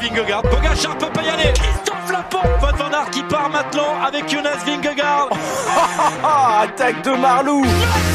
Vingegaard. Pogacar peut pas y aller. Christophe Laporte. Wout van Aert qui part maintenant avec Jonas Vingegaard. Attaque de Marlou.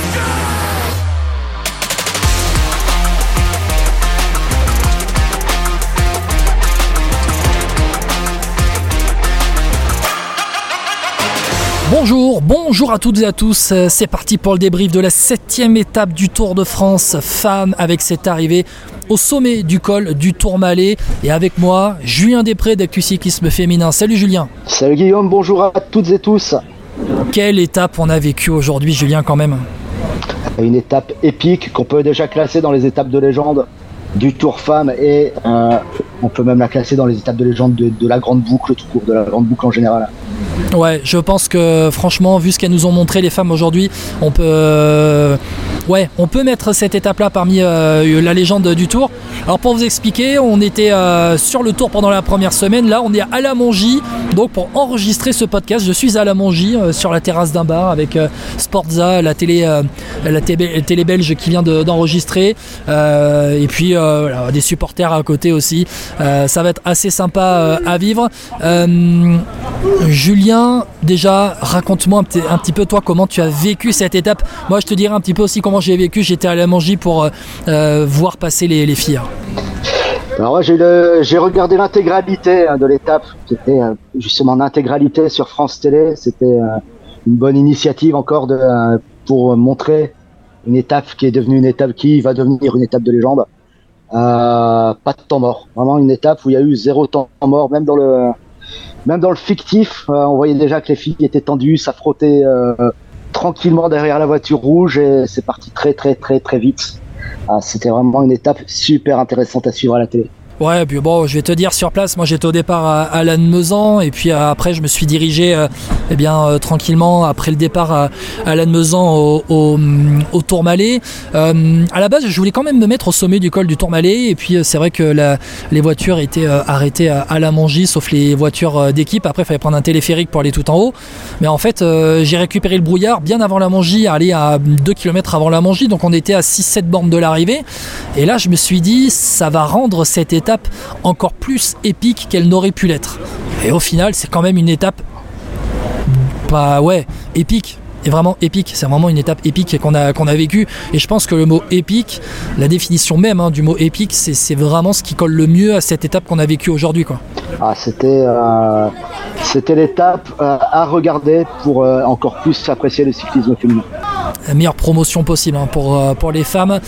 Bonjour à toutes et à tous, c'est parti pour le débrief de la 7e étape du Tour de France femmes avec cette arrivée au sommet du col du Tourmalet et avec moi Julien Després d'Actu Cyclisme Féminin. Salut Julien. Salut Guillaume, bonjour à toutes et tous. Quelle étape on a vécue aujourd'hui Julien quand même? Une étape épique qu'on peut déjà classer dans les étapes de légende du Tour Femmes et on peut même la classer dans les étapes de légende de la Grande Boucle, tout court, de la Grande Boucle en général. Ouais, je pense que franchement, vu ce qu'elles nous ont montré les femmes aujourd'hui, on peut mettre cette étape-là parmi la légende du Tour. Alors pour vous expliquer, on était sur le Tour pendant la première semaine. Là, on est à la Mongie. Donc pour enregistrer ce podcast, je suis à la Mongie sur la terrasse d'un bar avec Sportza, la télé belge qui vient d'enregistrer. Et puis voilà, des supporters à côté aussi. Ça va être assez sympa à vivre. Julien, déjà, raconte-moi un petit peu toi comment tu as vécu cette étape. Moi, je te dirai un petit peu aussi comment j'ai vécu. J'étais à la Mongie pour voir passer les filles. Alors moi, j'ai regardé l'intégralité de l'étape. C'était justement en intégralité sur France Télé. C'était une bonne initiative encore pour montrer une étape qui est devenue une étape qui va devenir une étape de légende. Pas de temps mort. Vraiment une étape où il y a eu 0 temps mort, même dans le fictif, on voyait déjà que les filles étaient tendues, ça frottait tranquillement derrière la voiture rouge et c'est parti très très très très vite. C'était vraiment une étape super intéressante à suivre à la télé. Ouais, puis bon, je vais te dire sur place, moi j'étais au départ à Lannemezan et puis après je me suis dirigé tranquillement après le départ à Lannemezan au Tourmalet. À la base, je voulais quand même me mettre au sommet du col du Tourmalet et puis c'est vrai que les voitures étaient arrêtées à la Mongie, sauf les voitures d'équipe. Après, il fallait prendre un téléphérique pour aller tout en haut. Mais en fait, j'ai récupéré le brouillard bien avant la Mongie, aller à 2 km avant la Mongie, donc on était à 6-7 bornes de l'arrivée. Et là, je me suis dit, ça va rendre cette étape encore plus épique qu'elle n'aurait pu l'être. Et au final, c'est quand même une étape épique. Et vraiment épique, c'est vraiment une étape épique qu'on a vécue. Et je pense que le mot épique, la définition même du mot épique, c'est vraiment ce qui colle le mieux à cette étape qu'on a vécue aujourd'hui, quoi. C'était l'étape à regarder pour encore plus apprécier le cyclisme féminin. La meilleure promotion possible pour les femmes.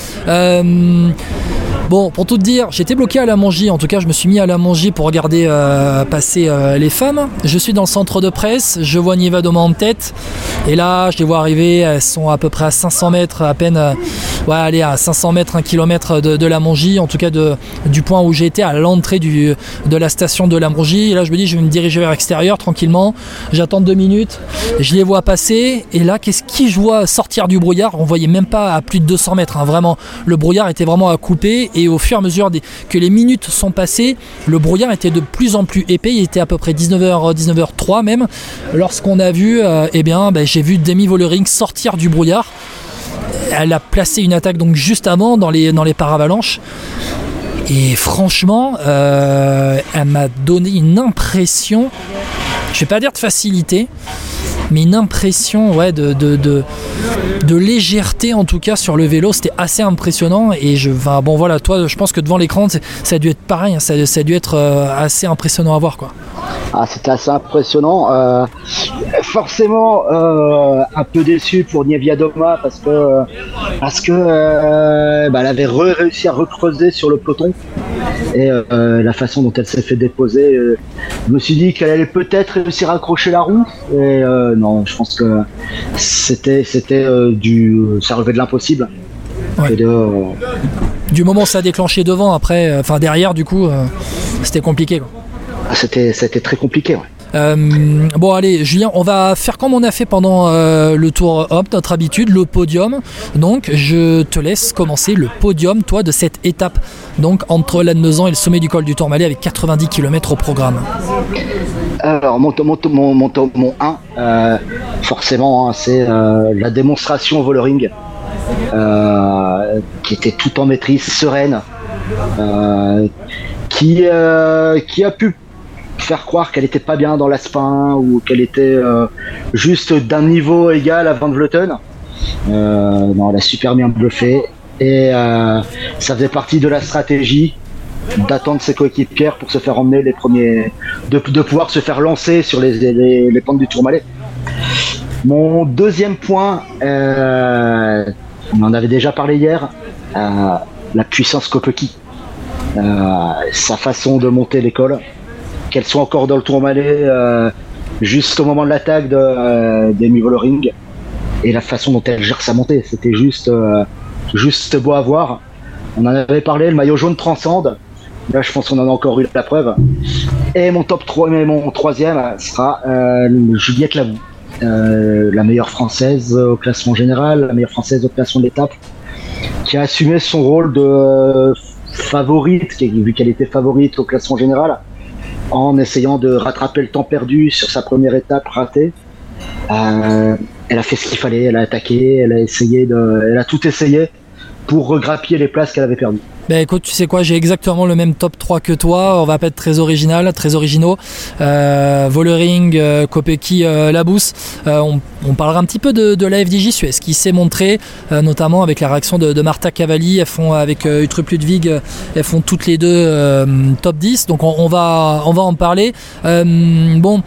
Bon, pour tout te dire, j'étais bloqué à la Mongie. En tout cas, je me suis mis à la Mongie pour regarder passer les femmes. Je suis dans le centre de presse, je vois Niva Doma en tête. Et là, je les vois arriver, elles sont à peu près à 500 mètres, à peine, à 500 mètres, 1 kilomètre de la Mongie. En tout cas, du point où j'étais à l'entrée de la station de la Mongie. Et là, je me dis, je vais me diriger vers l'extérieur tranquillement. J'attends 2 minutes, je les vois passer. Et là, qu'est-ce que je vois sortir du brouillard? On voyait même pas à plus de 200 mètres. Vraiment, le brouillard était vraiment à couper. Et au fur et à mesure que les minutes sont passées, le brouillard était de plus en plus épais. Il était à peu près 19h03 même. Lorsqu'on a vu, j'ai vu Demi Vollering sortir du brouillard. Elle a placé une attaque donc juste avant dans les paravalanches. Et franchement, elle m'a donné une impression, je vais pas dire de facilité, mais une impression de légèreté en tout cas sur le vélo. C'était assez impressionnant et toi, je pense que devant l'écran ça a dû être pareil, ça a dû être assez impressionnant à voir, quoi. C'était assez impressionnant. Forcément un peu déçu pour Niva Doma parce que elle avait réussi à recreuser sur le peloton et la façon dont elle s'est fait déposer, je me suis dit qu'elle allait peut-être réussir à accrocher la roue et non, je pense que ça relevait de l'impossible. Ouais. Du moment où ça a déclenché devant, après, derrière, du coup, c'était compliqué, quoi. C'était très compliqué, ouais. Bon allez Julien, on va faire comme on a fait pendant le Tour Homme, notre habitude, le podium. Donc je te laisse commencer le podium, toi, de cette étape donc entre Lannemezan et le sommet du col du Tourmalet avec 90 km au programme. Alors mon 1, forcément, c'est la démonstration Vollering qui était tout en maîtrise, sereine, qui a pu faire croire qu'elle était pas bien dans l'Aspin ou qu'elle était juste d'un niveau égal à Van Vleuten. Non, elle a super bien bluffé et ça faisait partie de la stratégie d'attendre ses coéquipières pour se faire emmener les premiers, de pouvoir se faire lancer sur les pentes du Tourmalet. Mon deuxième point, on en avait déjà parlé hier, la puissance Kopecky, sa façon de monter l'école, qu'elle soit encore dans le Tourmalet juste au moment de l'attaque d'Amy Vollering, et la façon dont elle gère sa montée, c'était juste beau à voir. On en avait parlé, le maillot jaune transcende. Là, je pense qu'on en a encore eu la preuve. Et mon top 3, mais mon troisième sera Juliette Lavoux, la meilleure française au classement général, la meilleure française au classement d'étape, qui a assumé son rôle de favorite, vu qu'elle était favorite au classement général, en essayant de rattraper le temps perdu sur sa première étape ratée. Elle a fait ce qu'il fallait, elle a attaqué, elle a tout essayé pour regrappiller les places qu'elle avait perdues. Ben écoute, tu sais quoi, j'ai exactement le même top 3 que toi, on va pas être très originaux. Vollering, Kopecky, Labous. On parlera un petit peu de la FDJ Suez qui s'est montrée, notamment avec la réaction de Marta Cavalli. Elles font avec Uttrup Ludwig, elles font toutes les deux top 10, donc on va en parler. Bon.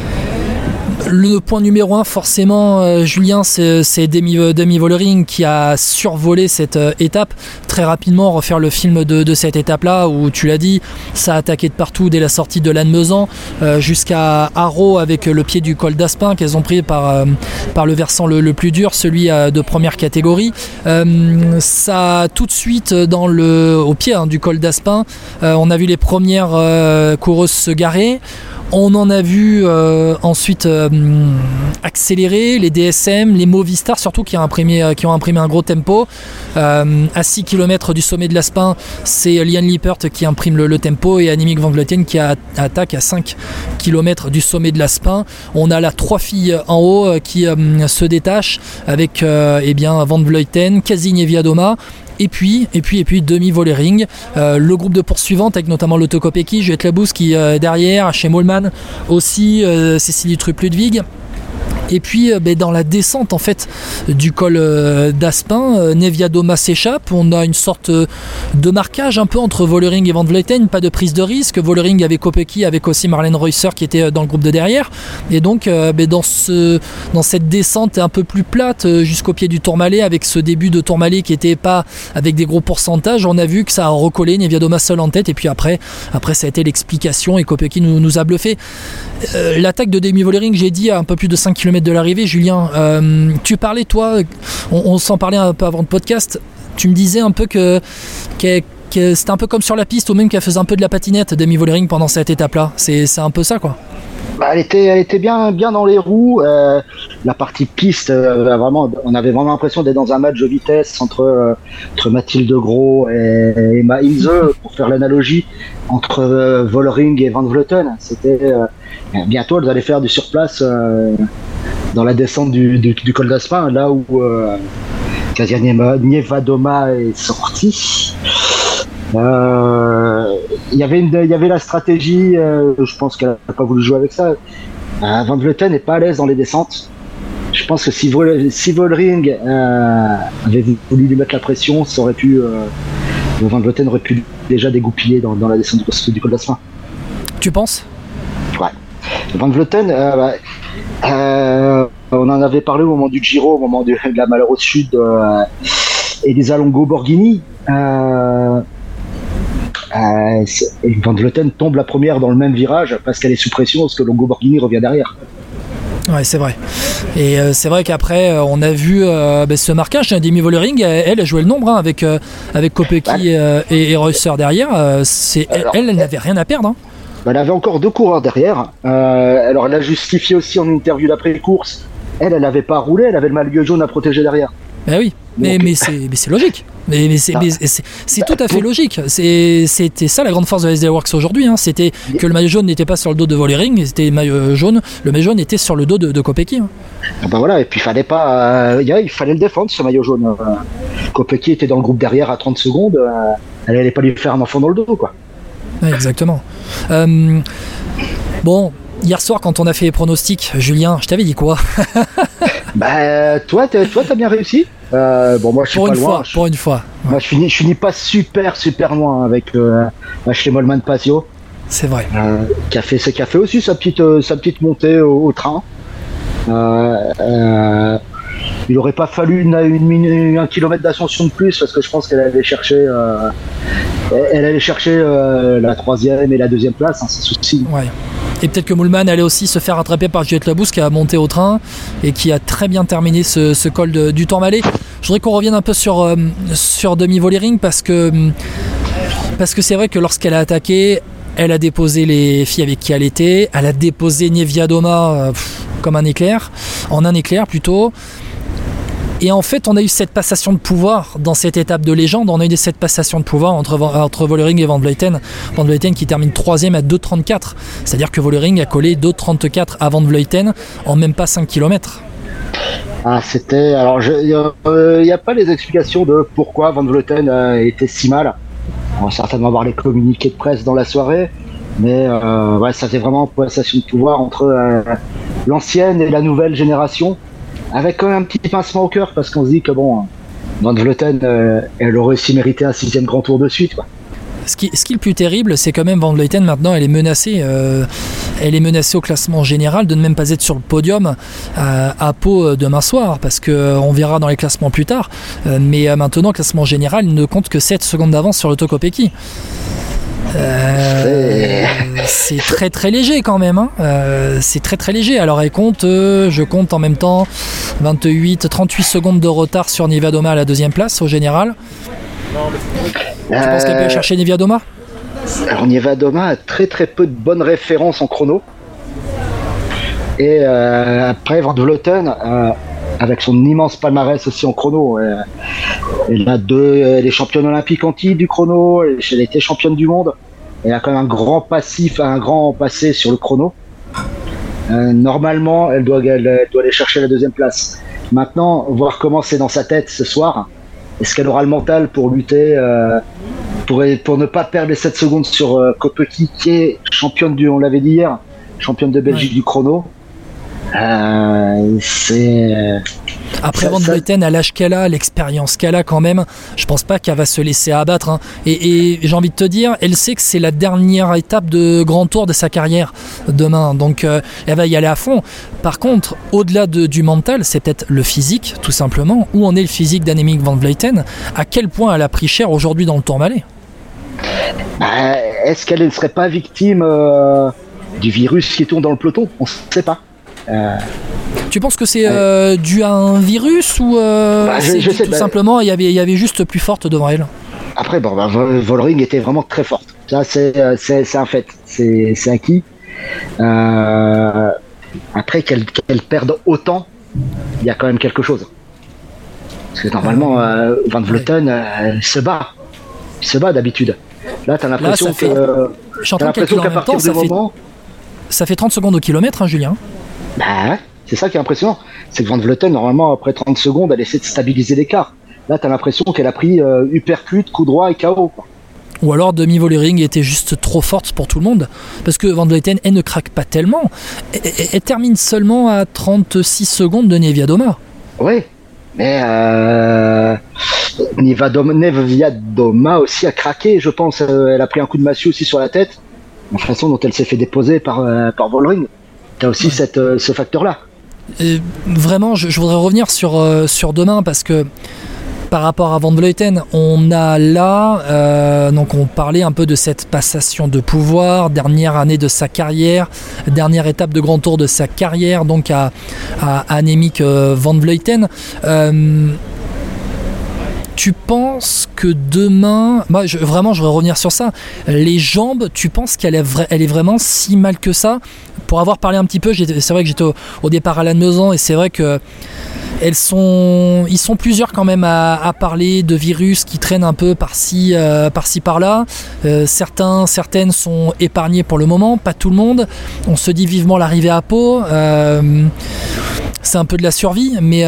Le point numéro 1, forcément, Julien, c'est Demi Vollering qui a survolé cette étape. Très rapidement, refaire le film de cette étape-là, où tu l'as dit, ça a attaqué de partout dès la sortie de Lannemezan jusqu'à Haro avec le pied du col d'Aspin qu'elles ont pris par le versant le plus dur, celui de première catégorie. Ça, tout de suite, au pied du col d'Aspin, on a vu les premières coureuses se garer. On en a vu ensuite accélérer les DSM, les Movistar surtout qui ont imprimé un gros tempo. À 6 km du sommet de l'Aspin, c'est Liane Lippert qui imprime le tempo et Annemiek van Vleuten qui attaque à 5 km du sommet de l'Aspin. On a là 3 filles en haut qui se détachent avec Van Vleuten, Casigny Viadoma. Et puis Demi Vollering, le groupe de poursuivantes avec notamment Lotte Kopecky, Juliette Labous qui derrière, chez Mollmann aussi, Cécilie Uttrup Ludwig. Et puis dans la descente en fait du col d'Aspin, Neviadoma s'échappe. On a une sorte de marquage un peu entre Vollering et Van Vleuten, pas de prise de risque. Vollering avec Kopecky, avec aussi Marlène Reusser qui était dans le groupe de derrière. Et donc dans cette descente un peu plus plate jusqu'au pied du Tourmalet, avec ce début de Tourmalet qui était pas avec des gros pourcentages, on a vu que ça a recollé, Neviadoma seul en tête. Et puis après ça a été l'explication et Kopecky nous a bluffé. L'attaque de Demi Vollering, j'ai dit à un peu plus de 5 km de l'arrivée, Julien, tu parlais toi, on s'en parlait un peu avant le podcast, tu me disais un peu que c'était un peu comme sur la piste, ou même qu'elle faisait un peu de la patinette, Demi Vollering, pendant cette étape-là. C'est un peu ça, quoi. Elle était bien dans les roues. La partie piste, vraiment, on avait vraiment l'impression d'être dans un match de vitesse entre Mathilde Gros et Emma Inze, pour faire l'analogie, entre Vollering et Van Vleuten. C'était bientôt, elles allaient faire du surplace dans la descente du col d'Aspin, là où Nievadoma est sorti. Il y avait la stratégie, je pense qu'elle n'a pas voulu jouer avec ça. Van Vleuten n'est pas à l'aise dans les descentes. Je pense que si Vollering avait voulu lui mettre la pression, ça aurait pu, Van Vleuten aurait pu déjà dégoupiller dans la descente du col d'Aspin. Tu penses ? Ouais. Van Vleuten, on en avait parlé au moment du Giro, au moment de la malheureuse chute d'Elisa Longo Borghini. Van Vleuten tombe la première dans le même virage parce qu'elle est sous pression, parce que Longo Borghini revient derrière. Ouais, c'est vrai. Et c'est vrai qu'après, on a vu ce marquage. Demi Vollering, elle a joué le nombre avec Kopecky et Reusser derrière. Elle n'avait rien à perdre. Hein. Elle avait encore 2 coureurs derrière. Alors elle a justifié aussi en interview d'après-course. Elle n'avait pas roulé, elle avait le maillot jaune à protéger derrière. Ben oui, mais c'est logique. Mais c'est tout à fait logique. C'était ça la grande force de SD Works aujourd'hui. Hein. C'était que le maillot jaune n'était pas sur le dos de Vollering, c'était le maillot jaune était sur le dos de Kopecky. Hein. Ben voilà, et puis il fallait le défendre, ce maillot jaune. Kopecky était dans le groupe derrière à 30 secondes. Elle n'allait pas lui faire un enfant dans le dos, quoi. Ouais, exactement. Bon, hier soir, quand on a fait les pronostics, Julien, je t'avais dit quoi? Toi, t'as bien réussi. Moi, je suis pas loin. Pour une fois. Ouais. Moi, je finis pas super loin avec Schlemelmann Pasio. C'est vrai. Qui a fait aussi sa petite montée au train. Il aurait pas fallu un kilomètre d'ascension de plus parce que je pense qu'elle allait chercher la troisième et la deuxième place, hein, sans souci. Ouais. Et peut-être que Moolman allait aussi se faire rattraper par Juliette Labous qui a monté au train et qui a très bien terminé ce col du Tourmalet. Je voudrais qu'on revienne un peu sur Demi-Volering parce que c'est vrai que lorsqu'elle a attaqué, elle a déposé les filles avec qui elle était, elle a déposé Niewiadoma comme en un éclair plutôt. Et en fait, on a eu cette passation de pouvoir dans cette étape de légende. On a eu cette passation de pouvoir entre Volering et Van Vleuten. Van Vleuten qui termine 3e à 2,34. C'est-à-dire que Volering a collé 2,34 à Van Vleuten en même pas 5 km. C'était... Alors, il n'y a pas les explications de pourquoi Van Vleuten était si mal. On va certainement avoir les communiqués de presse dans la soirée. Mais ça fait vraiment une passation de pouvoir entre l'ancienne et la nouvelle génération. Avec quand même un petit pincement au cœur parce qu'on se dit que Van Vleuten, elle aurait aussi mérité un 6e grand tour de suite, quoi. Ce qui est le plus terrible, c'est quand même Van Vleuten maintenant, elle est menacée au classement général de ne même pas être sur le podium à Pau demain soir, parce qu'on verra dans les classements plus tard. Mais maintenant, le classement général il ne compte que 7 secondes d'avance sur le Tokopeki. C'est très très léger quand même, hein. C'est très très léger. Alors je compte en même temps 38 secondes de retard sur Niewiadoma à la 2e place au général. Tu penses qu'elle peut aller chercher Niewiadoma? Alors Niewiadoma a très très peu de bonnes références en chrono. Et après Van Vleuten, avec son immense palmarès aussi en chrono, elle est championne olympique en titre du chrono, elle a été championne du monde. Elle a quand même un grand passé sur le chrono. Normalement, elle doit aller chercher la 2e place. Maintenant, voir comment c'est dans sa tête ce soir. Est-ce qu'elle aura le mental pour lutter, pour ne pas perdre les 7 secondes sur Kopecky, qui est championne on l'avait dit hier, championne de Belgique du chrono. Après Van Vleuten, à l'âge qu'elle a, l'expérience qu'elle a quand même, je pense pas qu'elle va se laisser abattre, hein. Et j'ai envie de te dire, elle sait que c'est la dernière étape de grand tour de sa carrière demain, donc elle va y aller à fond. Par contre, au-delà du mental, c'est peut-être le physique, tout simplement. Où en est le physique d'Annemiek van Vleuten? À quel point elle a pris cher aujourd'hui dans le Tourmalet? Est-ce qu'elle ne serait pas victime du virus qui tourne dans le peloton? On ne sait pas. Tu penses que c'est dû à un virus ou tout simplement il y avait juste plus forte devant elle? Après, Volering était vraiment très forte. Ça, c'est un fait. C'est acquis. Après, qu'elle perde autant, il y a quand même quelque chose. Parce que normalement, Van Vleuten se bat. Il se bat d'habitude. Là, t'as l'impression que... Je suis en train de calculer en même temps, ça fait 30 secondes au kilomètre, hein, Julien. C'est ça qui est impressionnant. C'est que Van Vleuten, normalement, après 30 secondes, elle essaie de stabiliser l'écart. Là, t'as l'impression qu'elle a pris uppercut, coup droit et KO, quoi. Ou alors Demi-Volering était juste trop forte pour tout le monde. Parce que Van Vleuten, elle ne craque pas tellement. Elle termine seulement à 36 secondes de Niewiadoma. Oui, mais Niewiadoma aussi a craqué, je pense. Elle a pris un coup de massue aussi sur la tête. La façon dont elle s'est fait déposer par Volering. T'as aussi ce facteur-là. Vraiment, je voudrais revenir sur demain parce que par rapport à Van Vleuten, on a là, donc on parlait un peu de cette passation de pouvoir, dernière année de sa carrière, dernière étape de grand tour de sa carrière, donc à Annemiek van Vleuten. Tu penses que demain, je voudrais revenir sur ça, les jambes, tu penses qu'elle est vraiment si mal que ça? Pour avoir parlé un petit peu, c'est vrai que j'étais au départ à Lannemezan et c'est vrai que ils sont plusieurs quand même à parler de virus qui traînent un peu par-ci par-là. Certaines sont épargnées pour le moment, pas tout le monde. On se dit vivement l'arrivée à Pau. C'est un peu de la survie, mais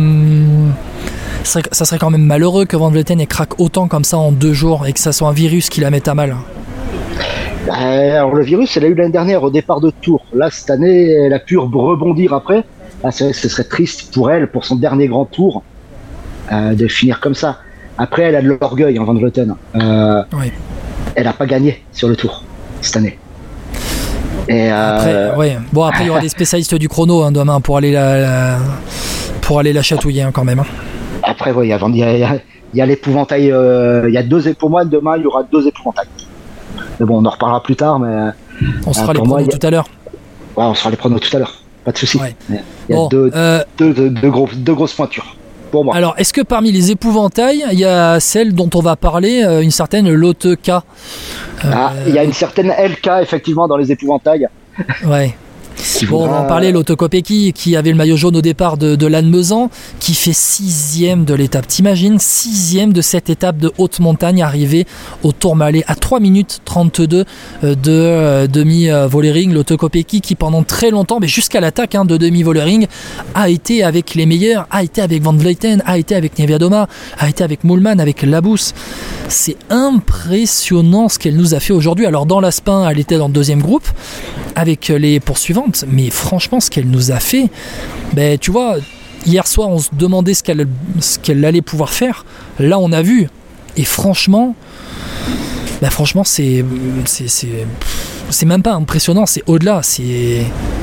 ça serait quand même malheureux que Van Vleuten craque autant comme ça en 2 jours et que ça soit un virus qui la mette à mal. Alors le virus, elle a eu l'année dernière au départ de Tours. Là, cette année, elle a pu rebondir après. Là, c'est vrai que ce serait triste pour elle, pour son dernier grand tour, de finir comme ça. Après, elle a de l'orgueil en Van Vleuten. Oui. Elle n'a pas gagné sur le tour cette année. Et Après, Bon, après, il y aura des spécialistes du chrono demain pour aller la chatouiller quand même. Après, il y a l'épouvantail. Il y a pour moi, demain, il y aura 2 épouvantails. Mais bon, on en reparlera plus tard. Mais on se fera les pronos tout à l'heure. Ouais, on se fera les pronos tout à l'heure. Pas de souci. Ouais. Il y a deux grosses pointures. Pour moi. Alors, est-ce que parmi les épouvantails, il y a celle dont on va parler, une certaine Lotte K il y a une certaine LK, effectivement, dans les épouvantails. Ouais. Bon, on va en parler, Lotte Kopecky, qui avait le maillot jaune au départ de Lannemezan, qui fait 6e de l'étape. T'imagines, 6e de cette étape de haute montagne, arrivé au Tourmalet à 3 minutes 32 de demi-Vollering. Lotte Kopecky, qui pendant très longtemps, mais jusqu'à l'attaque de demi-Vollering, a été avec les meilleurs, a été avec Van Vleuten, a été avec Niewiadoma, a été avec Moolman, avec Labous. C'est impressionnant ce qu'elle nous a fait aujourd'hui. Alors dans l'Aspin, elle était dans le 2e groupe, avec les poursuivantes. Mais franchement, ce qu'elle nous a fait, tu vois, hier soir, on se demandait ce qu'elle allait pouvoir faire. Là, on a vu. Et franchement, c'est même pas impressionnant, c'est au-delà. C'est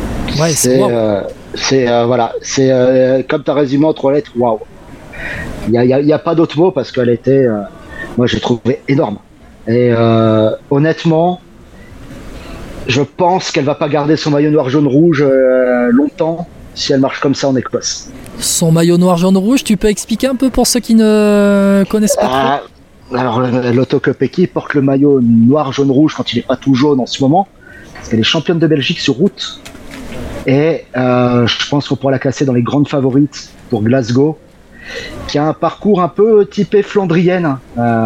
comme tu as résumé en 3 lettres, waouh. Il n'y a pas d'autre mot parce qu'elle était, moi, j'ai trouvé énorme. Et honnêtement, je pense qu'elle va pas garder son maillot noir jaune rouge longtemps si elle marche comme ça en Écosse. Son maillot noir jaune rouge, tu peux expliquer un peu pour ceux qui ne connaissent pas trop? Alors Lotte Kopecky porte le maillot noir jaune rouge quand il est pas tout jaune en ce moment parce qu'elle est championne de Belgique sur route et je pense qu'on pourra la classer dans les grandes favorites pour Glasgow, qui a un parcours un peu typé flandrienne.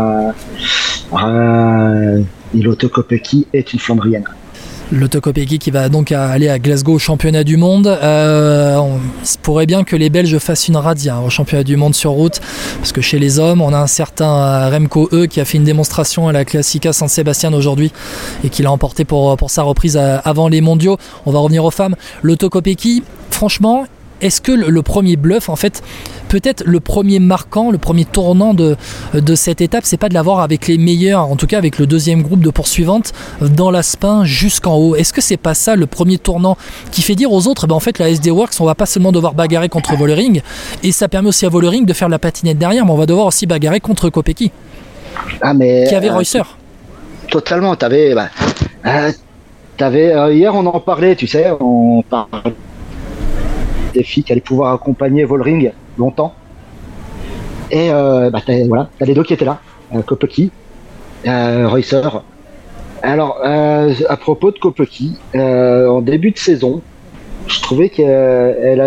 Et Lotte Kopecky est une flandrienne. Lotte Kopecky qui va donc aller à Glasgow au championnat du monde. Il se pourrait bien que les Belges fassent une radia au championnat du monde sur route, parce que chez les hommes, on a un certain Remco E qui a fait une démonstration à la Classica San Sebastian aujourd'hui et qui l'a emporté pour sa reprise avant les mondiaux. On va revenir aux femmes. Lotte Kopecky, franchement, est-ce que le premier bluff, en fait, peut-être le premier marquant, le premier tournant de cette étape, c'est pas de l'avoir avec les meilleurs, en tout cas avec le 2e groupe de poursuivantes dans l'Aspin jusqu'en haut? Est-ce que c'est pas ça le premier tournant qui fait dire aux autres, en fait la SD Works, on va pas seulement devoir bagarrer contre Vollering, et ça permet aussi à Vollering de faire la patinette derrière, mais on va devoir aussi bagarrer contre Kopecky, qui avait Reusser. Totalement, hier on en parlait, tu sais, on parlait des filles qui allaient pouvoir accompagner Vollering longtemps. Et t'as les 2 qui étaient là, Kopecky, Reusser. Alors, à propos de Kopecky, en début de saison, je trouvais qu'elle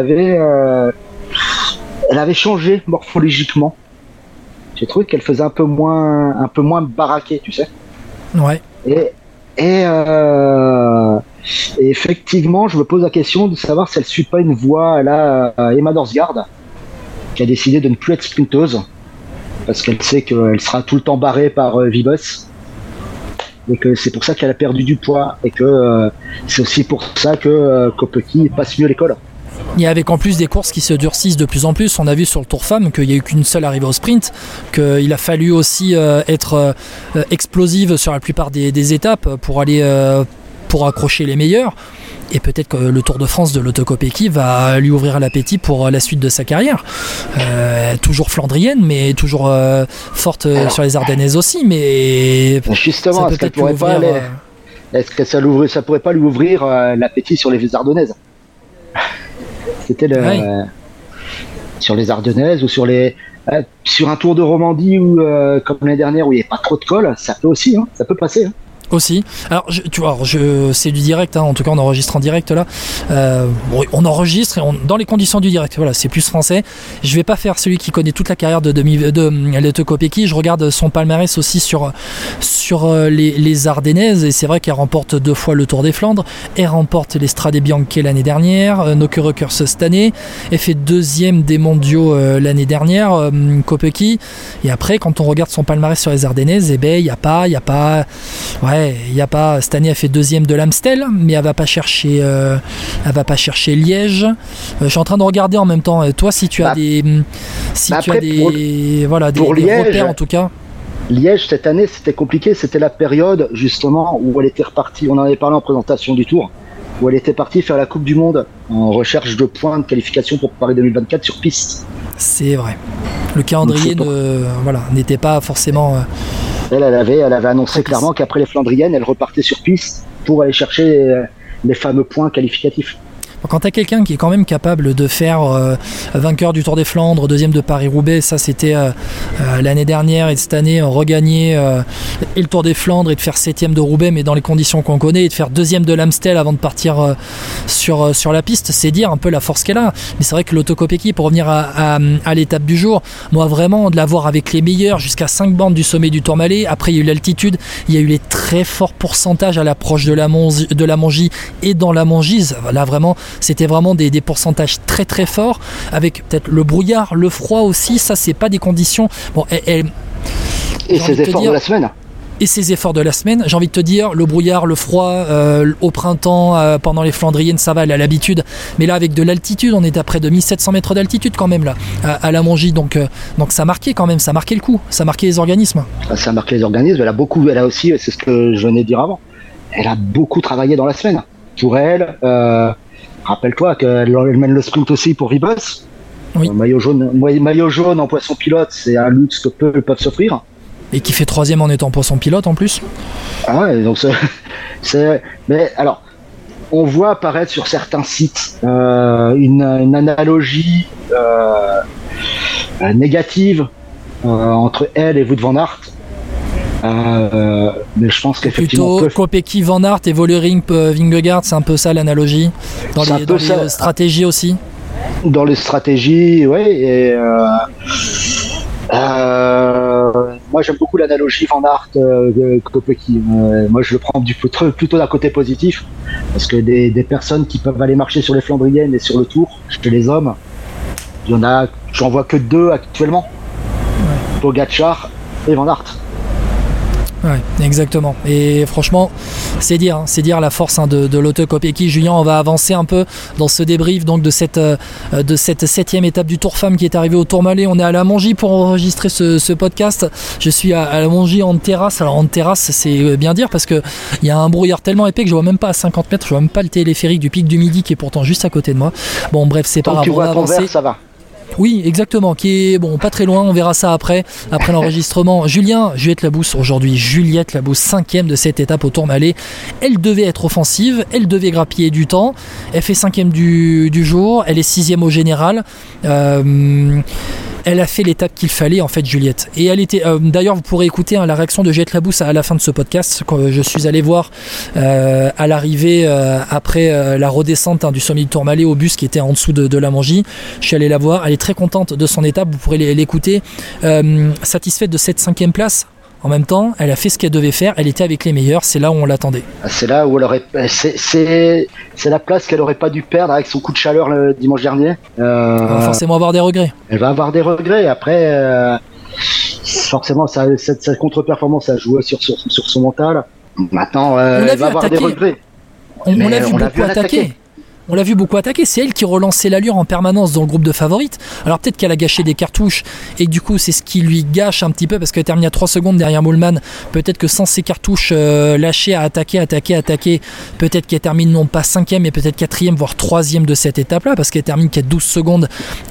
avait changé morphologiquement. J'ai trouvé qu'elle faisait un peu moins baraquée, tu sais. Ouais. Et effectivement, je me pose la question de savoir si elle suit pas une voie à la Emma Dorsgaard, qui a décidé de ne plus être sprinteuse parce qu'elle sait qu'elle sera tout le temps barrée par Vibos et que c'est pour ça qu'elle a perdu du poids et que c'est aussi pour ça que Kopecky passe mieux l'école. Et avec en plus des courses qui se durcissent de plus en plus. On a vu sur le Tour Femmes qu'il n'y a eu qu'une seule arrivée au sprint, qu'il a fallu aussi être explosive sur la plupart des étapes pour accrocher les meilleurs. Et peut-être que le Tour de France de Lotte Kopecky va lui ouvrir l'appétit pour la suite de sa carrière. Toujours flandrienne, mais toujours forte sur les Ardennaises aussi. Mais justement, est-ce que ça pourrait pas lui ouvrir l'appétit sur les Ardennaises? C'était sur les Ardennaises ou sur un Tour de Romandie où, comme l'année dernière, où il n'y avait pas trop de colle, ça peut aussi, ça peut passer. Aussi. Alors, c'est du direct, en tout cas on enregistre en direct là. On enregistre dans les conditions du direct. Voilà, c'est plus français. Je vais pas faire celui qui connaît toute la carrière de Lotte Kopecky. Je regarde son palmarès aussi sur les Ardennaises et c'est vrai qu'elle remporte 2 fois le Tour des Flandres. Elle remporte les Strade Bianche l'année dernière, Nokkerekers cette année. Elle fait 2e des mondiaux l'année dernière, Kopecky. Et après, quand on regarde son palmarès sur les Ardennaises, il y a pas. Ouais. après, il y a pas. Cette année, elle fait deuxième de l'Amstel, mais elle va pas chercher Liège. Je suis en train de regarder en même temps. Toi, si tu as des repères en tout cas. Liège cette année, c'était compliqué. C'était la période justement où elle était repartie. On en avait parlé en présentation du Tour. Où elle était partie faire la Coupe du Monde en recherche de points de qualification pour Paris 2024 sur piste. C'est vrai. Le calendrier n'était pas forcément. Elle avait annoncé clairement qu'après les Flandriennes, elle repartait sur piste pour aller chercher les fameux points qualificatifs. Quand tu as quelqu'un qui est quand même capable de faire vainqueur du Tour des Flandres, deuxième de Paris-Roubaix, ça c'était l'année dernière, et cette année regagner et le Tour des Flandres et de faire septième de Roubaix, mais dans les conditions qu'on connaît, et de faire deuxième de l'Amstel avant de partir sur la piste, c'est dire un peu la force qu'elle a. Mais c'est vrai que Lotto Kopecky, pour revenir à l'étape du jour, moi vraiment de la voir avec les meilleurs jusqu'à 5 bandes du sommet du Tourmalet. Après il y a eu l'altitude, il y a eu les très forts pourcentages à l'approche de la Mongie et dans la Mongise. Là vraiment c'était vraiment des pourcentages très très forts, avec peut-être le brouillard, le froid aussi. Ça, c'est pas des conditions. Bon, et ses efforts de la semaine. Et ses efforts de la semaine, j'ai envie de te dire, le brouillard, le froid, au printemps, pendant les Flandriennes, ça va, elle a l'habitude. Mais là, avec de l'altitude, on est à près de 1700 mètres d'altitude quand même là, à la Mongie. Donc ça marquait quand même, ça marquait le coup, ça marquait les organismes. Ça marquait les organismes. Elle a aussi, c'est ce que je venais de dire avant. Elle a beaucoup travaillé dans la semaine. Pour elle. Rappelle-toi qu'elle mène le sprint aussi pour Ribos. Oui. Maillot jaune en poisson pilote, c'est un luxe que peu peuvent s'offrir. Et qui fait troisième en étant poisson pilote en plus. Ah ouais, donc mais alors, on voit apparaître sur certains sites une analogie négative entre elle et Wout van Aert. Mais je pense qu'effectivement plutôt Kopecky, Van Aert et Vollering, Vingegaard, c'est un peu ça l'analogie dans les stratégies aussi. Dans les stratégies, oui. Et moi j'aime beaucoup l'analogie Van Aert Kopecky. Moi je le prends plutôt d'un côté positif, parce que des personnes qui peuvent aller marcher sur les Flandriennes et sur le Tour, chez les hommes, j'en vois que 2 actuellement. Ouais. Pogačar et Van Aert. Ouais, exactement. Et franchement, c'est dire la force de Lotto Kopecky. Julien, on va avancer un peu dans ce débrief donc de cette 7e étape du Tour Femmes qui est arrivée au Tourmalet. On est à la Mongie pour enregistrer ce podcast. Je suis à la Mongie en terrasse. Alors en terrasse, c'est bien dire parce que il y a un brouillard tellement épais que je vois même pas à 50 mètres, je vois même pas le téléphérique du Pic du Midi qui est pourtant juste à côté de moi. Bon, bref, c'est pas grave. Tu vois ton verre, ça va. Oui, exactement, qui est pas très loin, on verra ça après l'enregistrement. Juliette Labousse aujourd'hui, Juliette Labousse, 5e de cette étape au Tourmalet. Elle devait être offensive, elle devait grappiller du temps, elle fait 5e du jour, elle est 6e au général. Elle a fait l'étape qu'il fallait en fait, Juliette. Et elle était. D'ailleurs, vous pourrez écouter la réaction de Juliette Labousse à la fin de ce podcast. Quand je suis allé voir à l'arrivée après la redescente du sommet du Tourmalet au bus qui était en dessous de la Mongie. Je suis allé la voir. Elle est très contente de son étape. Vous pourrez l'écouter. Satisfaite de cette 5e place. En même temps, elle a fait ce qu'elle devait faire. Elle était avec les meilleurs. C'est là où on l'attendait. C'est là où elle aurait. C'est la place qu'elle aurait pas dû perdre avec son coup de chaleur le dimanche dernier. Elle va forcément avoir des regrets. Elle va avoir des regrets. Après, forcément, cette contre-performance a joué sur son mental. Maintenant, elle va avoir des regrets. On l'a vu beaucoup attaquer. On l'a vu beaucoup attaquer, c'est elle qui relançait l'allure en permanence dans le groupe de favorites. Alors peut-être qu'elle a gâché des cartouches et que du coup c'est ce qui lui gâche un petit peu parce qu'elle termine à 3 secondes derrière Mollman. Peut-être que sans ces cartouches lâchées à attaquer, peut-être qu'elle termine non pas 5e mais peut-être 4e voire 3e de cette étape-là parce qu'elle termine qu'à 12 secondes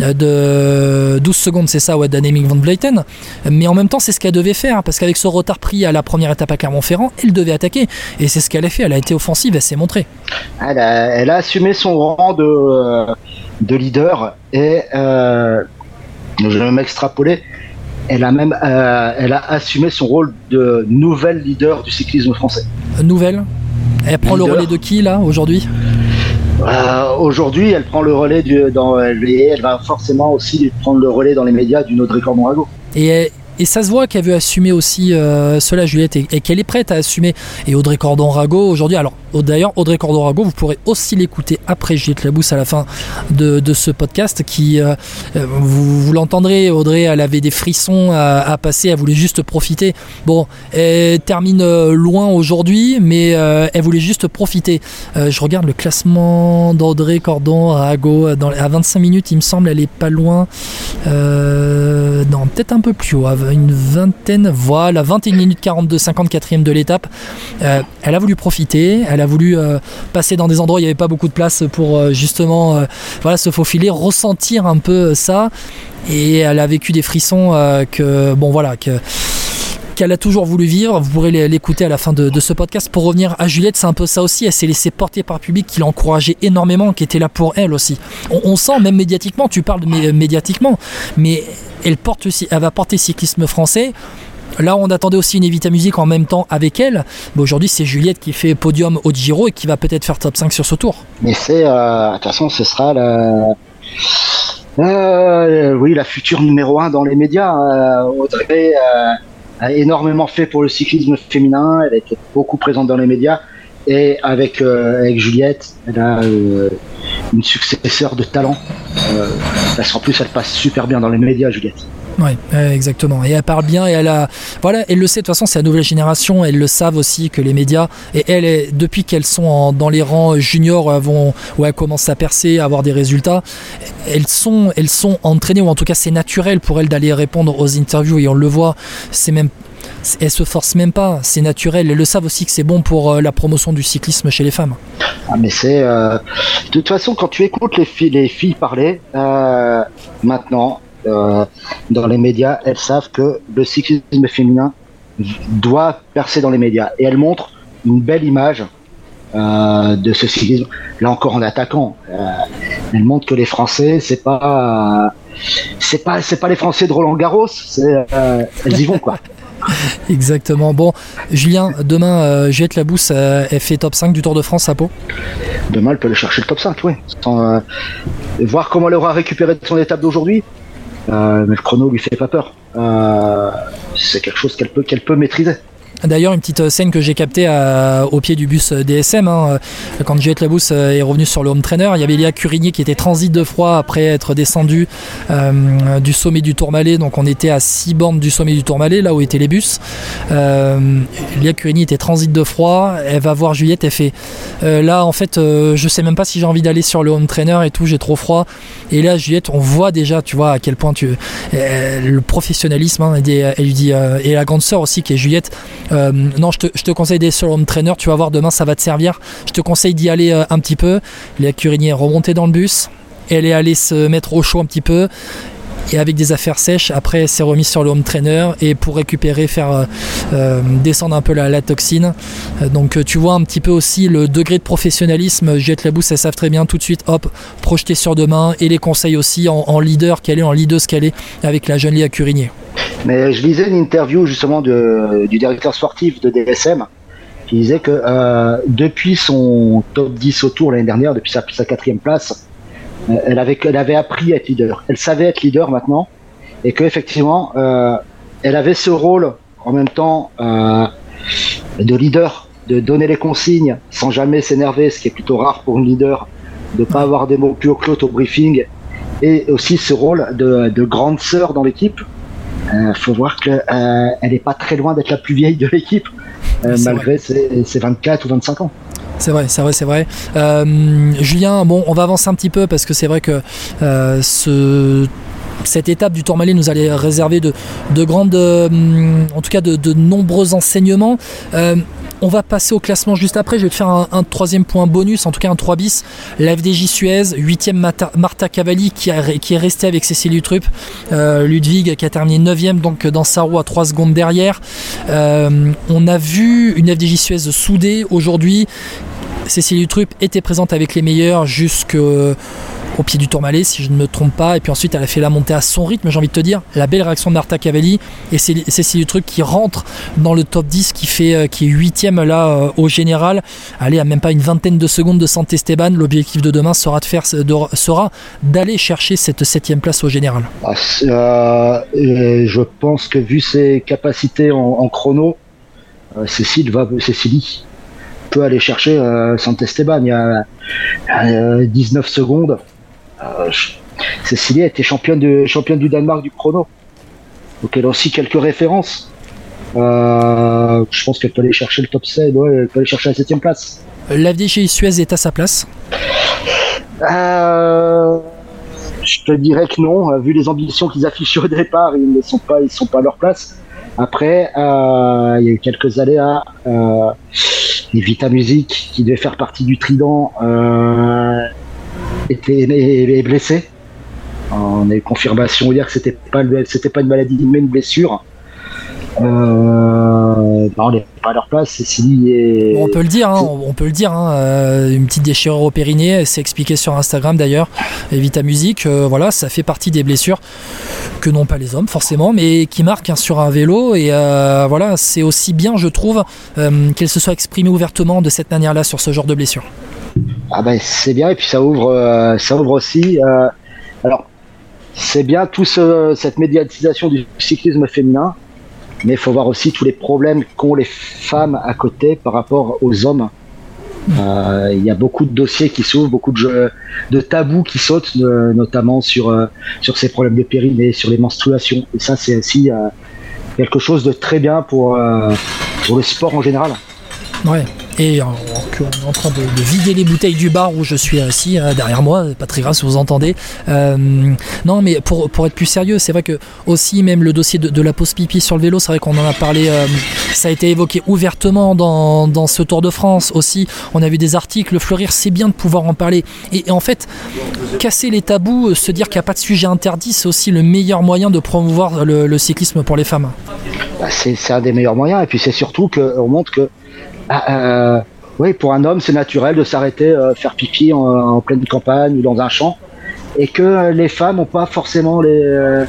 c'est ça, ouais, d'Annemiek van Vleuten. Mais en même temps c'est ce qu'elle devait faire parce qu'avec ce retard pris à la première étape à Clermont-Ferrand, elle devait attaquer et c'est ce qu'elle a fait, elle a été offensive, elle s'est montrée. Elle a assumé son rang de leader et je vais m'extrapoler. Elle a assumé son rôle de nouvelle leader du cyclisme français. Nouvelle. Elle prend le relais de qui là aujourd'hui? Aujourd'hui, elle prend le relais et elle va forcément aussi prendre le relais dans les médias d'une Audrey Cormon-Rago. Et Et ça se voit qu'elle veut assumer aussi cela, Juliette, et qu'elle est prête à assumer. Et Audrey Cordon-Rago aujourd'hui, alors d'ailleurs Audrey Cordon-Rago, vous pourrez aussi l'écouter après Juliette Labousse à la fin de ce podcast qui, vous l'entendrez, Audrey, elle avait des frissons à passer, elle voulait juste profiter. Bon, elle termine loin aujourd'hui, mais elle voulait juste profiter. Je regarde le classement d'Audrey Cordon-Rago à 25 minutes, il me semble, elle est pas loin. Non, peut-être un peu plus haut, une vingtaine, voilà, 21 minutes 42, 54e de l'étape. Elle a voulu profiter, elle a voulu passer dans des endroits où il n'y avait pas beaucoup de place pour justement voilà, se faufiler, ressentir un peu ça, et elle a vécu des frissons qu'elle a toujours voulu vivre. Vous pourrez l'écouter à la fin de ce podcast. Pour revenir à Juliette, c'est un peu ça aussi, elle s'est laissée porter par le public qui l'a encouragée énormément, qui était là pour elle aussi. On sent même médiatiquement, tu parles médiatiquement, mais elle va porter cyclisme français. Là, on attendait aussi une Evita Music en même temps avec elle. Mais aujourd'hui, c'est Juliette qui fait podium au Giro et qui va peut-être faire top 5 sur ce tour. Mais c'est, de toute façon, ce sera la future numéro 1 dans les médias. Audrey a énormément fait pour le cyclisme féminin. Elle a été beaucoup présente dans les médias. Et avec Juliette, elle a une successeur de talent. Parce qu'en plus, elle passe super bien dans les médias, Juliette. Oui, exactement. Et elle parle bien, et elle le sait, de toute façon, c'est la nouvelle génération, elles le savent aussi que les médias, et depuis qu'elles sont dans les rangs juniors, où elles commencent à percer, à avoir des résultats, elles sont entraînées, ou en tout cas c'est naturel pour elles d'aller répondre aux interviews, et on le voit, elles se forcent même pas, c'est naturel. Elles le savent aussi que c'est bon pour la promotion du cyclisme chez les femmes. Ah, mais c'est de toute façon, quand tu écoutes les filles parler maintenant dans les médias, elles savent que le cyclisme féminin doit percer dans les médias, et elles montrent une belle image de ce cyclisme. Là encore, en attaquant, elles montrent que les Français, c'est pas les Français de Roland Garros, elles y vont, quoi. Exactement. Bon, Julien, demain, Juliette Labousse, elle fait top 5 du Tour de France à Pau. Demain, elle peut aller chercher le top 5, oui. Voir comment elle aura récupéré de son étape d'aujourd'hui. Mais le chrono lui fait pas peur. C'est quelque chose qu'elle peut maîtriser. D'ailleurs, une petite scène que j'ai captée au pied du bus DSM, quand Juliette Labousse est revenue sur le home trainer, il y avait Léa Curigny qui était transit de froid après être descendue du sommet du Tourmalet. Donc on était à 6 bornes du sommet du Tourmalet, là où étaient les bus. Léa Curigny était transit de froid, elle va voir Juliette, elle fait là en fait je sais même pas si j'ai envie d'aller sur le home trainer et tout, j'ai trop froid. Et là Juliette, on voit déjà, tu vois, à quel point le professionnalisme, elle lui dit, et la grande sœur aussi qui est Juliette, non, je te conseille d'aller sur le home trainer, tu vas voir, demain ça va te servir, je te conseille d'y aller un petit peu. Léa Curigny est remontée dans le bus, elle est allée se mettre au chaud un petit peu, et avec des affaires sèches, après elle s'est remise sur le home trainer, et pour récupérer, faire descendre un peu la toxine. Donc tu vois un petit peu aussi le degré de professionnalisme. Juliette Labousse, elles savent très bien tout de suite, hop, projeter sur demain, et les conseils aussi en leader qu'elle est, en leaduse qu'elle est, avec la jeune Léa Curigny. Mais je lisais une interview justement du directeur sportif de DSM qui disait que depuis son top 10 au Tour l'année dernière, depuis sa 4e place, elle avait appris à être leader. Elle savait être leader maintenant, et qu'effectivement, elle avait ce rôle en même temps de leader, de donner les consignes sans jamais s'énerver, ce qui est plutôt rare pour une leader, de pas avoir des mots plus clos au briefing, et aussi ce rôle de grande sœur dans l'équipe. Faut voir qu'elle n'est pas très loin d'être la plus vieille de l'équipe, malgré ses 24 ou 25 ans. C'est vrai. Julien, bon, on va avancer un petit peu parce que c'est vrai que cette étape du Tourmalet nous allait réserver de grandes, en tout cas de nombreux enseignements. On va passer au classement juste après. Je vais te faire un troisième point bonus, en tout cas un 3 bis. La FDJ Suez, 8e Marta Cavalli qui est restée avec Cécile Utrup. Ludwig qui a terminé 9e, donc dans sa roue à 3 secondes derrière. On a vu une FDJ Suez soudée aujourd'hui. Cécile Utrup était présente avec les meilleurs jusqu'au au pied du Tourmalet, si je ne me trompe pas, et puis ensuite elle a fait la montée à son rythme, j'ai envie de te dire, la belle réaction de Marta Cavalli, et c'est le truc qui rentre dans le top 10, qui est 8ème là au général, allez, à même pas une vingtaine de secondes de Sant Esteban. L'objectif de demain sera d'aller chercher cette 7ème place au général. Je pense que vu ses capacités en chrono, Cécilie peut aller chercher Sant Esteban. Il y a 19 secondes. Cécilie a été championne du Danemark du chrono. Donc elle a aussi quelques références. Je pense qu'elle peut aller chercher le top 7, elle peut aller chercher la 7ème place. La FDJ Suez est à sa place? Je te dirais que non, vu les ambitions qu'ils affichent au départ, ils ne sont pas à leur place. Après, il y a eu quelques aléas. Les Vita Music, qui devait faire partie du Trident, est blessé. On a eu confirmation hier que c'était pas une maladie, mais une blessure. Non, on n'est pas à leur place. Cécilie est... On peut le dire, une petite déchirure au périnée, elle s'est expliquée sur Instagram d'ailleurs. Et Vita Music, voilà, ça fait partie des blessures que n'ont pas les hommes forcément, mais qui marquent sur un vélo. Et voilà, c'est aussi bien, je trouve, qu'elle se soit exprimée ouvertement de cette manière-là sur ce genre de blessure. Ah ben c'est bien, et puis ça ouvre aussi. Alors c'est bien cette médiatisation du cyclisme féminin. Mais il faut voir aussi tous les problèmes qu'ont les femmes à côté par rapport aux hommes. Il y a beaucoup de dossiers qui s'ouvrent, beaucoup de tabous qui sautent, notamment sur ces problèmes de périnée, sur les menstruations. Et ça, c'est aussi quelque chose de très bien pour le sport en général. Ouais. Et on est en train de vider les bouteilles du bar où je suis assis derrière moi, pas très grave si vous entendez. Non, mais pour être plus sérieux, c'est vrai que aussi même le dossier de la pause pipi sur le vélo, c'est vrai qu'on en a parlé, ça a été évoqué ouvertement dans ce Tour de France aussi. On a vu des articles fleurir, c'est bien de pouvoir en parler. Et en fait, casser les tabous, se dire qu'il n'y a pas de sujet interdit, c'est aussi le meilleur moyen de promouvoir le cyclisme pour les femmes. C'est un des meilleurs moyens, et puis c'est surtout qu'on montre que oui, pour un homme, c'est naturel de s'arrêter, faire pipi en pleine campagne ou dans un champ, et que les femmes n'ont pas forcément les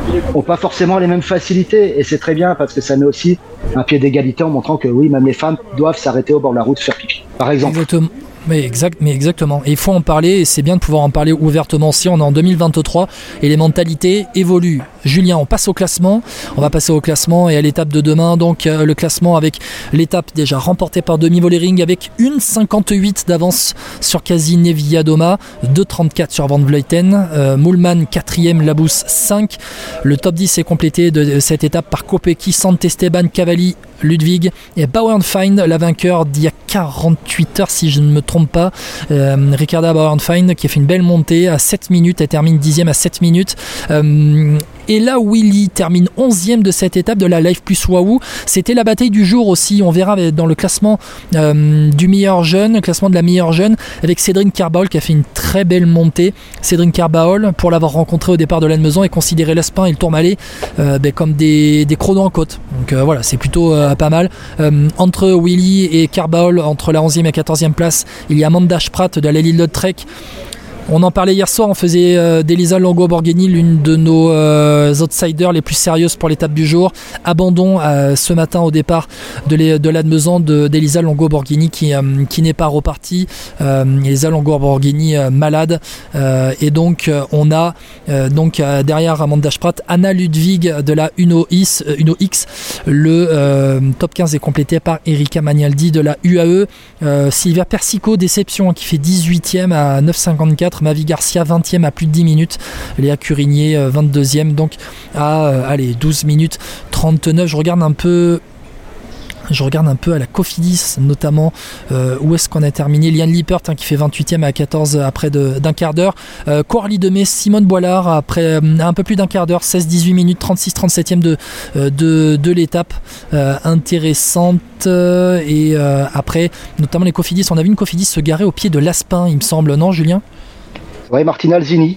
mêmes facilités. Et c'est très bien parce que ça met aussi un pied d'égalité en montrant que oui, même les femmes doivent s'arrêter au bord de la route faire pipi, par exemple. Exactement. Mais exactement. Et il faut en parler, et c'est bien de pouvoir en parler ouvertement aussi. On est en 2023 et les mentalités évoluent. Julien, on passe au classement. On va passer au classement et à l'étape de demain. Donc le classement avec l'étape déjà remportée par Demi Vollering avec 1,58 d'avance sur Casine Villadoma, 2,34 sur Van Vleuten, Moolman 4e, Labous 5. Le top 10 est complété de cette étape par Kopecky, Sant Esteban, Cavalli, Ludwig et Bauernfeind, la vainqueur d'il y a 48 heures si je ne me trompe pas, Ricarda Bauernfeind qui a fait une belle montée à 7 minutes, elle termine 10e à 7 minutes. Et là, Willy termine 11e de cette étape de la Life Plus Wahoo. C'était la bataille du jour aussi. On verra dans le classement du meilleur jeune, le classement de la meilleure jeune, avec Cédric Carbaol qui a fait une très belle montée. Cédric Carbaol, pour l'avoir rencontré au départ de l'Annemaison, est considéré l'Aspin et le Tourmalet comme des chronos en côte. Donc voilà, c'est plutôt pas mal. Entre Willy et Carbaol, entre la 11e et 14e place, il y a Amanda Spratt de la Lille Trek. On en parlait hier soir, on faisait d'Elisa Longo Borghini l'une de nos outsiders les plus sérieuses pour l'étape du jour. Abandon ce matin au départ de l'Admezan d'Elisa Longo Borghini qui n'est pas repartie. Elisa Longo Borghini malade. Et donc on a derrière Amanda Spratt, Anna Ludwig de la Uno X. Le top 15 est complété par Erika Magnaldi de la UAE. Sylvia Persico, déception, qui fait 18e à 9,54. Mavi Garcia 20e à plus de 10 minutes, Léa Curigné 22e donc à 12 minutes 39. Je regarde un peu à la Cofidis notamment où est-ce qu'on a terminé. Liane Lippert qui fait 28e à 14 après d'un quart d'heure. Coralie Demey, Simone Boilard après un peu plus d'un quart d'heure, 16-18 minutes, 36-37e de l'étape intéressante. Et après notamment les Cofidis, on a vu une Cofidis se garer au pied de l'Aspin, il me semble, non Julien? Oui, Martina Alzini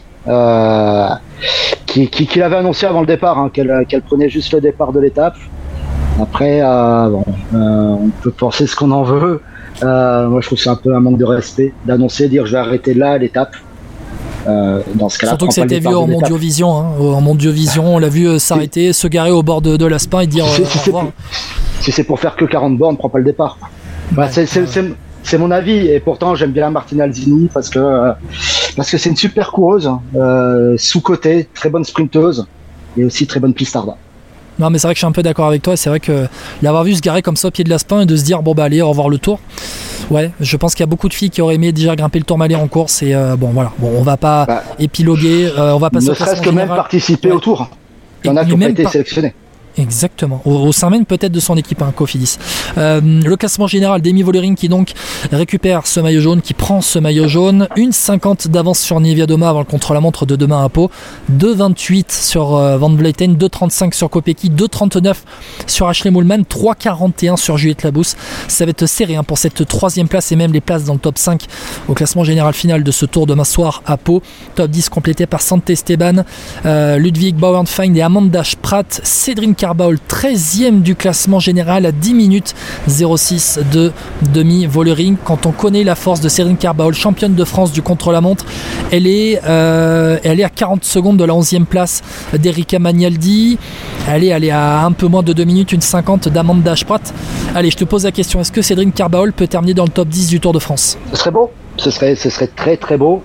qui l'avait annoncé avant le départ, qu'elle prenait juste le départ de l'étape. Après, on peut penser ce qu'on en veut. Moi, je trouve que c'est un peu un manque de respect d'annoncer, dire je vais arrêter là l'étape. Dans ce cas-là, surtout que c'était vu en Mondiovision, hein. En Mondiovision, on l'a vu s'arrêter, se garer au bord de l'Aspin et dire au revoir. Si c'est pour faire que 40 bornes, prends pas le départ. Bah, c'est mon avis, et pourtant j'aime bien Martina Alzini parce que c'est une super coureuse, sous-cotée, très bonne sprinteuse et aussi très bonne pistarde. Non, mais c'est vrai que je suis un peu d'accord avec toi. C'est vrai que l'avoir vu se garer comme ça au pied de l'Aspin et de se dire bon bah allez, au revoir le Tour. Ouais, je pense qu'il y a beaucoup de filles qui auraient aimé déjà grimper le Tourmalet en course et bon voilà, on va pas épiloguer, on va passer au classement général. Ne serait-ce que même participer au Tour. Il y en a qui n'ont pas été sélectionnés. Exactement, au sein même peut-être de son équipe, Cofidis. Le classement général d'Emi Vollering qui donc récupère ce maillot jaune, qui prend ce maillot jaune, 1,50 d'avance sur Niewiadoma avant le contre-la-montre de demain à Pau, 2,28 sur Van Vleuten, 2,35 sur Kopecky, 2,39 sur Ashley Moolman, 3,41 sur Juliette Labous. Ça va être serré pour cette troisième place et même les places dans le top 5 au classement général final de ce Tour demain soir à Pau. Top 10 complété par Santé Esteban, Ludwig Bauernfeind et Amanda Spratt. Cédric Carbaol 13e du classement général à 10 minutes 06 de Demi Vollering. Quand on connaît la force de Cédric Carbaol, championne de France du contre-la-montre, elle est à 40 secondes de la 11e place d'Erika Magnaldi. Elle est à un peu moins de 2 minutes, 1,50 d'Amanda Spratt. Allez, je te pose la question, est-ce que Cédric Carbaol peut terminer dans le top 10 du Tour de France? Ce serait beau, ce serait très très beau.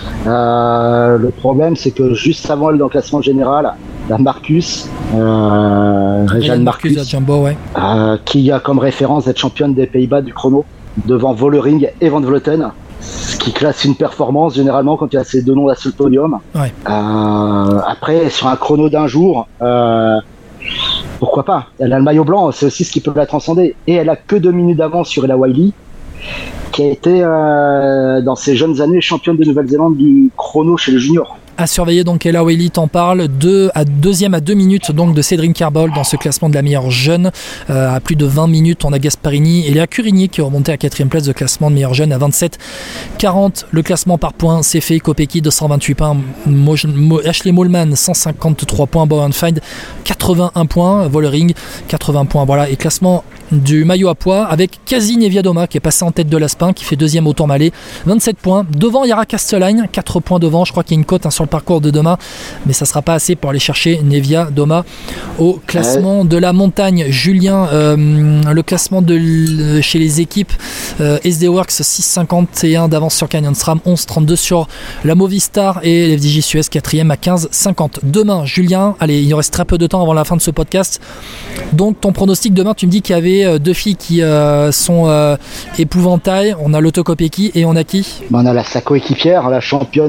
Le problème, c'est que juste avant elle dans le classement général, la Marcus, Réjeanne Marcus, Jumbo, ouais. qui a comme référence d'être championne des Pays-Bas du chrono devant Vollering et Van Vleuten, ce qui classe une performance généralement quand il y a ces deux noms sur le podium. Ouais. Après, sur un chrono d'un jour, pourquoi pas? Elle a le maillot blanc, c'est aussi ce qui peut la transcender. Et elle a que 2 minutes d'avance sur Ella Wiley, qui a été dans ses jeunes années championne de Nouvelle-Zélande du chrono chez les juniors. À surveiller donc, Ella Wiley t'en parle, deuxième à 2 minutes donc de Cédric Carbaol dans ce classement de la meilleure jeune. À plus de 20 minutes, on a Gasparini et Léa Curigny qui est remonté à 4e place de classement de meilleure jeune à 27,40. Le classement par points, c'est fait. Kopecky 228 points, Ashley Moolman 153 points, Bauernfeind 81 points, Vollering 80 points. Voilà, et classement du maillot à pois avec Kazi Niewiadoma qui est passé en tête de l'Aspin, qui fait 2e au Tourmalet, 27 points. Devant Yara Kastelein, 4 points devant. Je crois qu'il y a une cote sur le parcours de demain, mais ça sera pas assez pour aller chercher Niewiadoma au classement de la montagne. Julien, le classement chez les équipes, SD Works 6,51 d'avance sur Canyon SRAM, 11,32 sur la Movistar et l'FDJ Suez 4e à 15,50. Demain, Julien, allez, il nous reste très peu de temps avant la fin de ce podcast, donc ton pronostic demain, tu me dis qu'il y avait 2 filles qui sont épouvantail. On a Lotte Kopecky et on a qui? On a sa coéquipière, la championne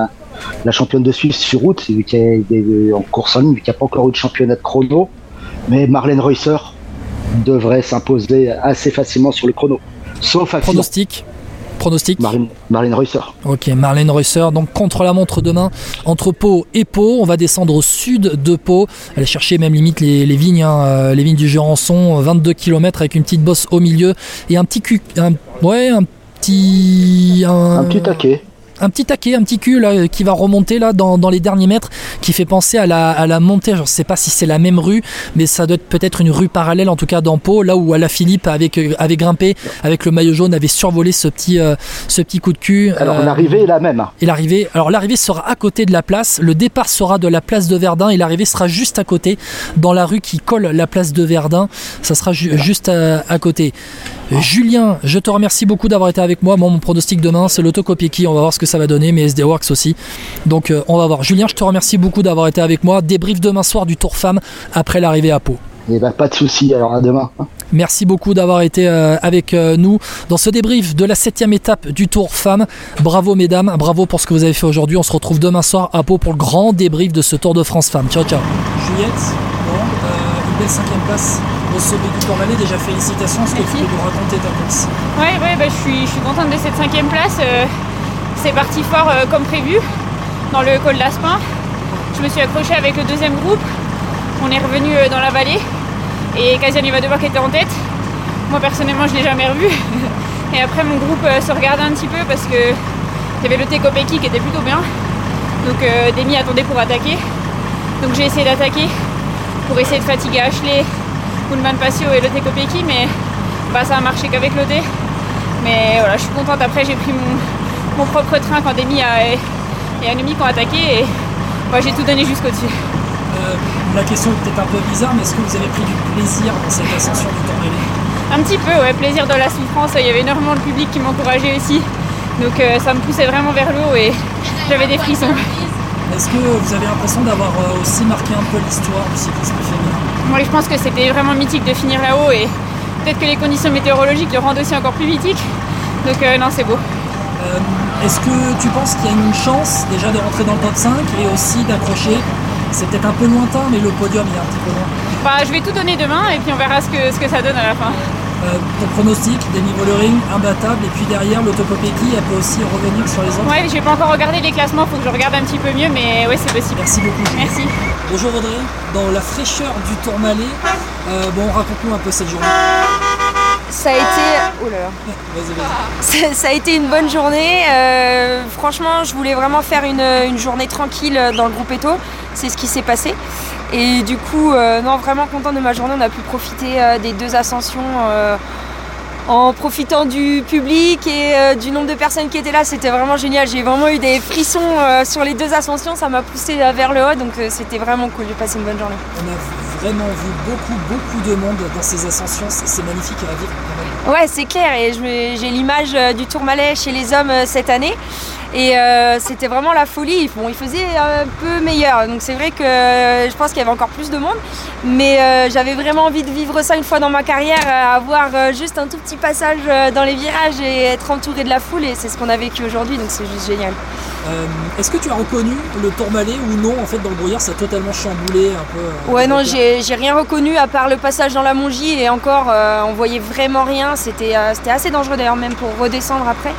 de Suisse sur route, qui est en course en ligne, qui n'a pas encore eu de championnat de chrono, mais Marlène Reusser devrait s'imposer assez facilement sur le chrono, sauf accident. Pronostic Marlène Reusser. Ok, Marlène Reusser, donc contre la montre demain entre Pau et Pau. On va descendre au sud de Pau, aller chercher même limite les vignes, les vignes du Jurançon, 22 km avec une petite bosse au milieu et un petit taquet. Un petit cul là, qui va remonter là dans les derniers mètres, qui fait penser à la montée. Je ne sais pas si c'est la même rue, mais ça doit être peut-être une rue parallèle, en tout cas dans Pau, là où Alaphilippe avait grimpé avec le maillot jaune, avait survolé ce petit coup de cul. Alors l'arrivée est la même. Et l'arrivée sera à côté de la place. Le départ sera de la place de Verdun et l'arrivée sera juste à côté, dans la rue qui colle la place de Verdun. Ça sera juste à côté. Julien, je te remercie beaucoup d'avoir été avec moi. Mon pronostic demain, c'est Lotte Kopecky. On va voir ce que ça va donner, mais SD Works aussi. Donc on va voir. Julien, je te remercie beaucoup d'avoir été avec moi. Débrief demain soir du Tour Femmes après l'arrivée à Pau. Et pas de souci, alors à demain. Merci beaucoup d'avoir été avec nous dans ce débrief de la 7e étape du Tour Femmes. Bravo mesdames, bravo pour ce que vous avez fait aujourd'hui. On se retrouve demain soir à Pau pour le grand débrief de ce Tour de France Femmes. Ciao, ciao. Juliette, une belle 5e place au sommet du Tourmalet. Déjà félicitations, est-ce que tu peux nous raconter ta place? Ouais, je suis contente de cette 5e place. C'est parti fort comme prévu dans le col d'Aspin. Je me suis accrochée avec le 2e groupe. On est revenu dans la vallée et Kasia Niewiadoma qui était en tête. Moi personnellement je ne l'ai jamais revu. Et après mon groupe se regardait un petit peu parce que il y avait Lotte Kopecky qui était plutôt bien. Donc Demi attendait pour attaquer. Donc j'ai essayé d'attaquer pour essayer de fatiguer Ashley, Moolman Passio et Lotte Kopecky, mais ça a marché qu'avec Lotte. Mais voilà, je suis contente. Après j'ai pris mon propre train quand Demi et ennemis qui ont attaqué et j'ai tout donné jusqu'au-dessus. La question est peut-être un peu bizarre, mais est-ce que vous avez pris du plaisir dans cette ascension du Tourmalet? Un petit peu, ouais, plaisir de la souffrance, il y avait énormément de public qui m'encourageait aussi, donc ça me poussait vraiment vers le haut et j'avais des frissons. Est-ce que vous avez l'impression d'avoir aussi marqué un peu l'histoire du cyclisme féminin? Moi je pense que c'était vraiment mythique de finir là-haut et peut-être que les conditions météorologiques le rendent aussi encore plus mythique, donc non, c'est beau. Est-ce que tu penses qu'il y a une chance déjà de rentrer dans le top 5 et aussi d'accrocher, c'est peut-être un peu lointain, mais le podium il est un petit peu loin? Je vais tout donner demain et puis on verra ce que ça donne à la fin. Ton pronostic, Demi Vollering, imbattable, et puis derrière l'Autopopeki, elle peut aussi revenir sur les autres? Ouais, j'ai pas encore regardé les classements, faut que je regarde un petit peu mieux, mais ouais, c'est possible. Merci beaucoup. Merci. Bonjour Audrey, dans la fraîcheur du Tourmalet, raconte-nous un peu cette journée. Ça a été... Oh là là. Vas-y. Ça a été une bonne journée. Franchement, je voulais vraiment faire une journée tranquille dans le groupe Eto. C'est ce qui s'est passé. Et du coup, non, vraiment contente de ma journée. On a pu profiter des 2 ascensions en profitant du public et du nombre de personnes qui étaient là. C'était vraiment génial. J'ai vraiment eu des frissons sur les 2 ascensions. Ça m'a poussé vers le haut. Donc c'était vraiment cool. J'ai passé une bonne journée. On a vraiment vu beaucoup de monde dans ces ascensions. C'est magnifique à vivre. Ouais, c'est clair. Et j'ai l'image du Tourmalet chez les hommes cette année. Et c'était vraiment la folie. Bon, il faisait un peu meilleur, donc c'est vrai que je pense qu'il y avait encore plus de monde. Mais j'avais vraiment envie de vivre ça une fois dans ma carrière, avoir juste un tout petit passage dans les virages et être entouré de la foule. Et c'est ce qu'on a vécu aujourd'hui, donc c'est juste génial. Est-ce que tu as reconnu le Tourmalet ou non? En fait, dans le brouillard, ça a totalement chamboulé un peu. Ouais, non, j'ai rien reconnu à part le passage dans la Mongie et encore, on voyait vraiment rien. C'était assez dangereux d'ailleurs, même pour redescendre après.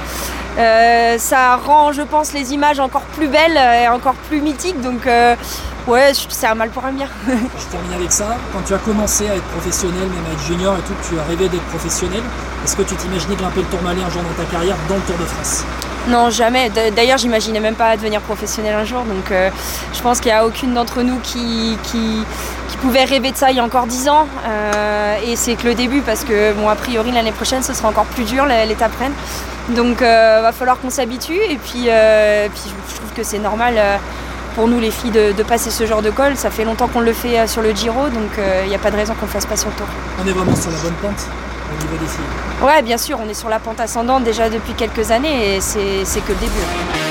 Ça rend, je pense, les images encore plus belles et encore plus mythiques, donc ouais, c'est un mal pour un bien. Je termine avec ça. Quand tu as commencé à être professionnel, même à être junior et tout, tu as rêvé d'être professionnel. Est-ce que tu t'imaginais grimper le Tourmalet un jour dans ta carrière dans le Tour de France? Non, jamais. D'ailleurs, j'imaginais même pas devenir professionnel un jour, donc je pense qu'il n'y a aucune d'entre nous qui pouvait rêver de ça il y a encore 10 ans. Et c'est que le début, parce que bon, a priori l'année prochaine ce sera encore plus dur, l'étape Rennes. Donc va falloir qu'on s'habitue et puis je trouve que c'est normal pour nous les filles de passer ce genre de col. Ça fait longtemps qu'on le fait sur le Giro, donc il n'y a pas de raison qu'on ne le fasse pas sur le Tour. On est vraiment sur la bonne pente au niveau des filles? Ouais, bien sûr, on est sur la pente ascendante déjà depuis quelques années et c'est que le début.